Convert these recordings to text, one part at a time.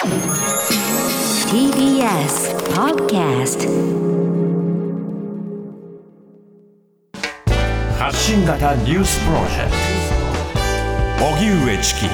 TBS Podcast 発信型ニュースプロジェクト荻上チキ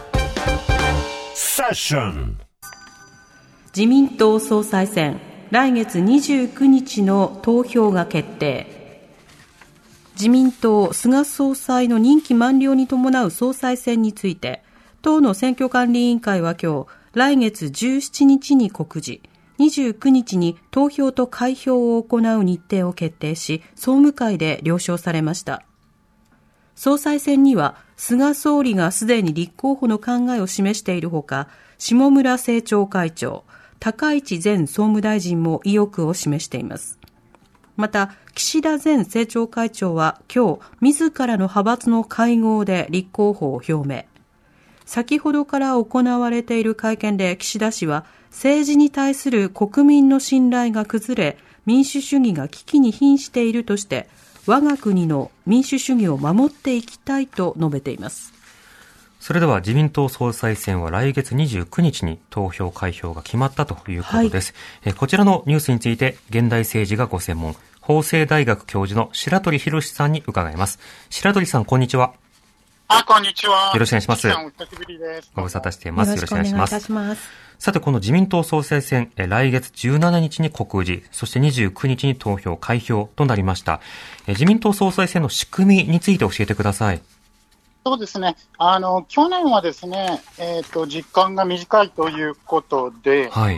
セッション。 自民党総裁選来月29日の投票が決定。自民党菅総裁の任期満了に伴う総裁選について、党の選挙管理委員会は今日来月17日に告示、29日に投票と開票を行う日程を決定し、総務会で了承されました。総裁選には菅総理がすでに立候補の考えを示しているほか、下村政調会長、高市前総務大臣も意欲を示しています。また、岸田前政調会長は今日、自らの派閥の会合で立候補を表明。先ほどから行われている会見で岸田氏は、政治に対する国民の信頼が崩れ、民主主義が危機に瀕しているとして、我が国の民主主義を守っていきたいと述べています。 それでは自民党総裁選は来月29日に投票開票が決まったということです。こちらのニュースについて現代政治がご専門、法政大学教授の白鳥博さんに伺います。白鳥さん、こんにちは。 こんにちは。 よろしくお願いします。 お久しぶりです。 ご無沙汰しています。よろしくお願いします。 よろしくお願いいたします。 さて、この自民党総裁選、来月17日に告示、そして29日に投票、開票となりました。自民党総裁選の仕組みについて教えてください。 そうですね。去年はですね、実感が短いということで、 はい。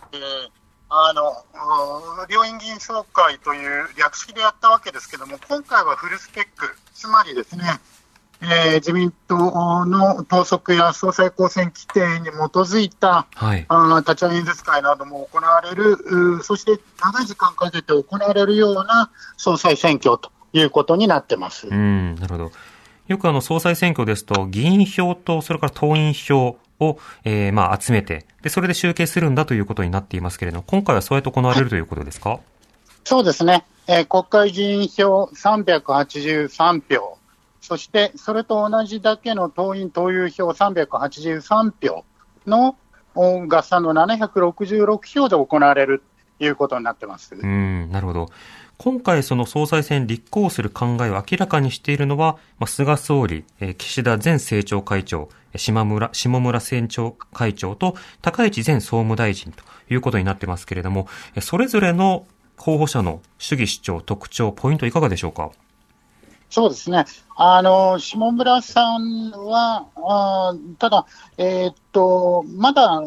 両院議員総会という略式でやったわけですけども、今回はフルスペック、つまりですね、自民党の党則や総裁公選規定に基づいた、 はい、 立ち会い演説会なども行われる、そして長い時間かけて行われるような総裁選挙ということになってます。 なるほど。よく総裁選挙ですと、議員票とそれから党員票を、集めて、で、それで集計するんだということになっていますけれども、今回はそうやって行われるということですか？ そうですね。国会議員票383票。そして、それと同じだけの党員・党友票383票の合算の766票で行われるということになってます。 なるほど。今回、その総裁選立候補する考えを明らかにしているのは、菅総理、岸田前政調会長、下村政調会長と高市前総務大臣ということになってますけれども、それぞれの候補者の主義主張、特徴、ポイントいかがでしょうか？ そうですね。下村さんは、ただ、まだ、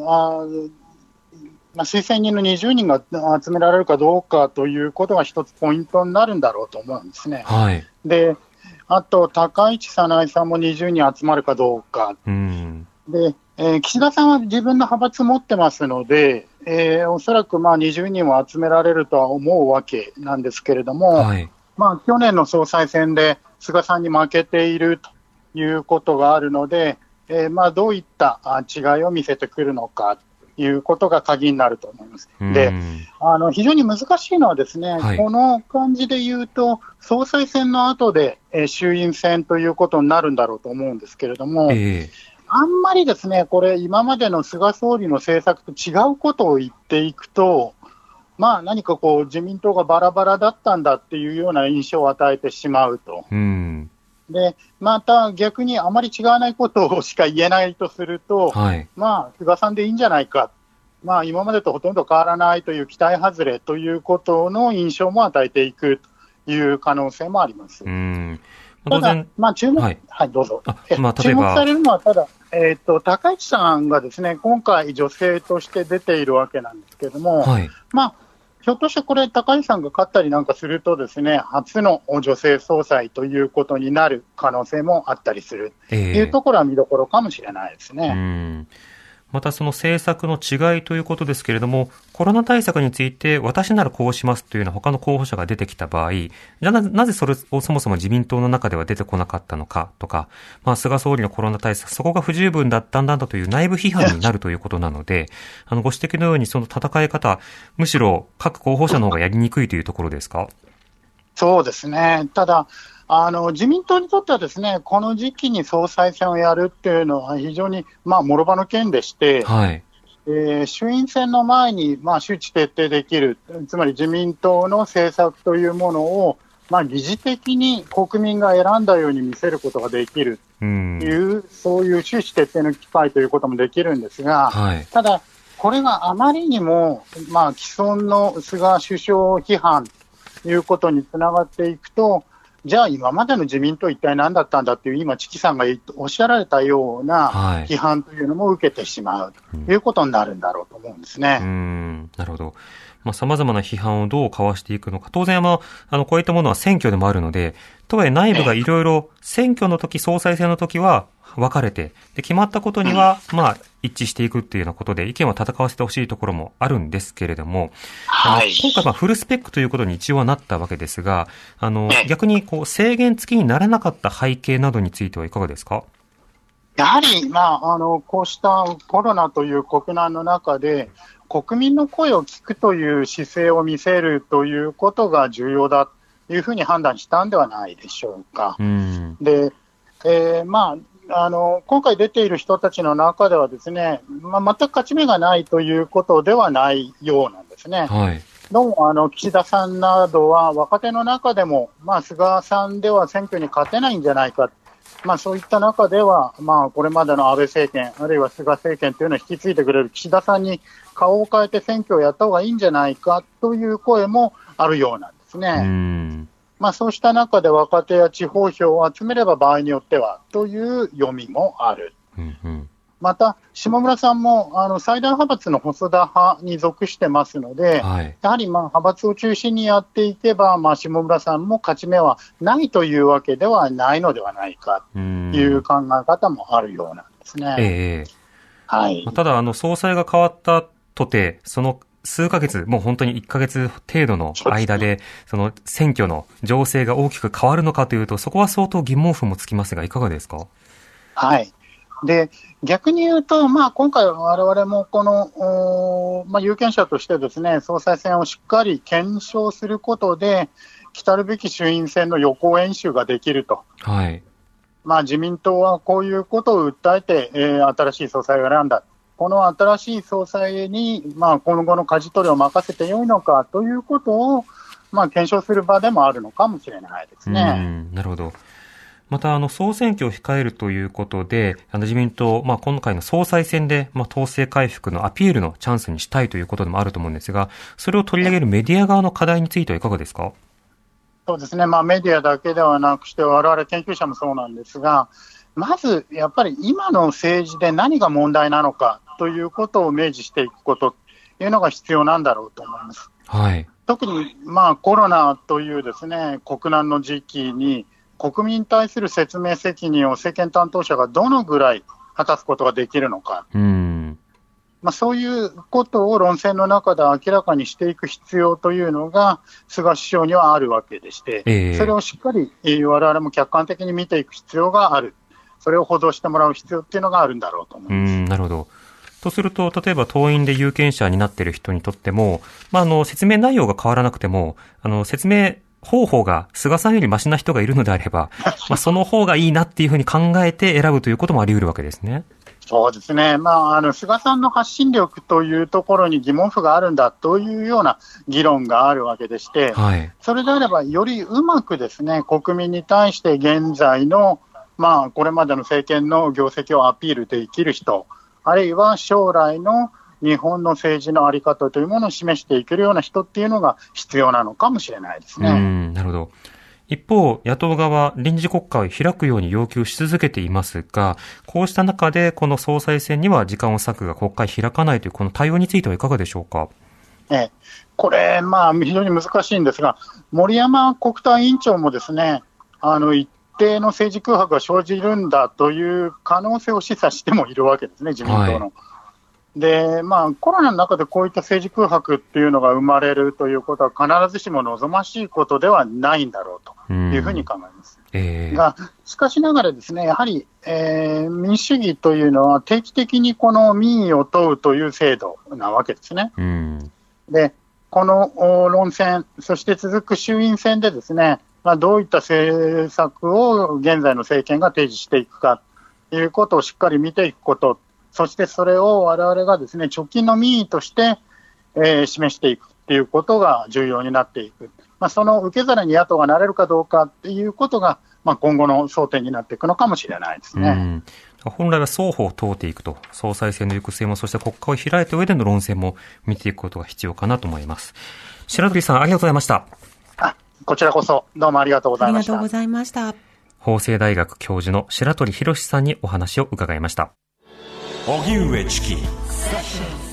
推薦人の20人が集められるかどうかということが一つポイントになるんだろうと思うんですね。 はい。 で、あと、高市早苗さんも20人集まるかどうか。で、岸田さんは自分の派閥持ってますので、おそらく20人は集められるとは思うわけなんですけれども、 はい。 去年の総裁選で菅さんに負けているということがあるので、どういった違いを見せてくるのかということが鍵になると思います。で、非常に難しいのはですね、 はい、 この感じで言うと、総裁選の後で、衆院選ということになるんだろうと思うんですけれども、あんまりですね、これ、今までの菅総理の政策と違うことを言っていくと、何か自民党がバラバラだったんだっていうような印象を与えてしまうと。で、また逆にあまり違わないことをしか言えないとすると、 はい、 菅さんでいいんじゃないか。今までとほとんど変わらないという期待外れということの印象も与えていくという可能性もあります。ただ、注目、どうぞ。注目されるのは、ただ、高市さんがですね、今回女性として出ているわけなんですけれども、ひょっとしてこれ、高市さんが勝ったりなんかするとですね、初の女性総裁ということになる可能性もあったりするというところは見どころかもしれないですね。 またその政策の違いということですけれども、コロナ対策について私ならこうしますというような他の候補者が出てきた場合、じゃあなぜそれをそもそも自民党の中では出てこなかったのかとか、菅総理のコロナ対策、そこが不十分だったんだという内部批判になるということなので、ご指摘のようにその戦い方、むしろ各候補者の方がやりにくいというところですか？ そうですね。ただ、自民党にとってはですね、この時期に総裁選をやるっていうのは非常に、諸刃の剣でして、 衆院選の前に、周知徹底できる、つまり自民党の政策というものを、疑似的に国民が選んだように見せることができるという、そういう周知徹底の機会ということもできるんですが、ただ、これがあまりにも、既存の菅首相批判ということにつながっていくと、じゃあ今までの自民党一体何だったんだっていう、今、チキさんがおっしゃられたような批判というのも受けてしまうということになるんだろうと思うんですね。 なるほど。様々な批判をどうかわしていくのか。当然こういったものは選挙でもあるので、とはいえ内部がいろいろ選挙の時、総裁選の時は分かれて、で、決まったことには、一致していくっていうようなことで意見を戦わせてほしいところもあるんですけれども、今回フルスペックということに一応はなったわけですが、逆に制限付きにならなかった背景などについてはいかがですか？ やはり、こうしたコロナという国難の中で、国民の声を聞くという姿勢を見せるということが重要だというふうに判断したんではないでしょうか。で、今回出ている人たちの中ではですね、全く勝ち目がないということではないようなんですね。どうも岸田さんなどは若手の中でも、菅さんでは選挙に勝てないんじゃないか。そういった中では、これまでの安倍政権、あるいは菅政権というのを引き継いでくれる岸田さんに顔を変えて選挙をやった方がいいんじゃないかという声もあるようなんですね。そうした中で若手や地方票を集めれば場合によってはという読みもある。また、下村さんも最大派閥の細田派に属してますので、やはり派閥を中心にやっていけば、下村さんも勝ち目はないというわけではないのではないかという考え方もあるようなんですね。 ただ、総裁が変わったとて、その数ヶ月、もう本当に1ヶ月程度の間で、その選挙の情勢が大きく変わるのかというと、そこは相当疑問符もつきますが、いかがですか？ で、逆に言うと、今回我々もこの、有権者としてですね、総裁選をしっかり検証することで、来るべき衆院選の予行演習ができると。自民党はこういうことを訴えて、新しい総裁を選んだ。この新しい総裁に、今後の舵取りを任せてよいのかということを、検証する場でもあるのかもしれないですね。 なるほど。また、総選挙を控えるということで、自民党、今回の総裁選で、党勢回復のアピールのチャンスにしたいということでもあると思うんですが、それを取り上げるメディア側の課題についてはいかがですか？ そうですね。メディアだけではなくして、我々研究者もそうなんですが、まず、やっぱり今の政治で何が問題なのかということを明示していくことというのが必要なんだろうと思います。特に、コロナというですね、国難の時期に、国民に対する説明責任を政権担当者がどのぐらい果たすことができるのか、そういうことを論戦の中で明らかにしていく必要というのが菅首相にはあるわけでして、それをしっかり我々も客観的に見ていく必要がある、それを報道してもらう必要っていうのがあるんだろうと思います。 なるほど。とすると、例えば党員で有権者になっている人にとっても、説明内容が変わらなくても、説明方法が菅さんよりマシな人がいるのであれば、その方がいいなっていうふうに考えて選ぶということもあり得るわけですね。 そうですね。菅さんの発信力というところに疑問符があるんだというような議論があるわけでして、それであればよりうまくですね、国民に対して現在の、これまでの政権の業績をアピールできる人、あるいは将来の日本の政治の在り方というものを示していけるような人っていうのが必要なのかもしれないですね。 なるほど。一方、野党側、臨時国会を開くように要求し続けていますが、こうした中でこの総裁選には時間を割くが国会開かないというこの対応についてはいかがでしょうか？ これ、非常に難しいんですが、森山国対委員長もですね、一定の政治空白が生じるんだという可能性を示唆してもいるわけですね、自民党の。で、コロナの中でこういった政治空白っていうのが生まれるということは必ずしも望ましいことではないんだろうというふうに考えます。が、しかしながらですね、やはり、民主主義というのは定期的にこの民意を問うという制度なわけですね。で、この論戦、そして続く衆院選でですね、どういった政策を現在の政権が提示していくかということをしっかり見ていくことそしてそれを我々がですね、直近の民意として、示していくということが重要になっていく。その受け皿に野党がなれるかどうかっていうことが、今後の争点になっていくのかもしれないですね。 本来は双方を問うていくと、総裁選の行く末も、そして国会を開いた上での論戦も見ていくことが必要かなと思います。白鳥さん、ありがとうございました。 こちらこそ、どうもありがとうございました。 ありがとうございました。 法政大学教授の白鳥博さんにお話を伺いました。 荻上チキ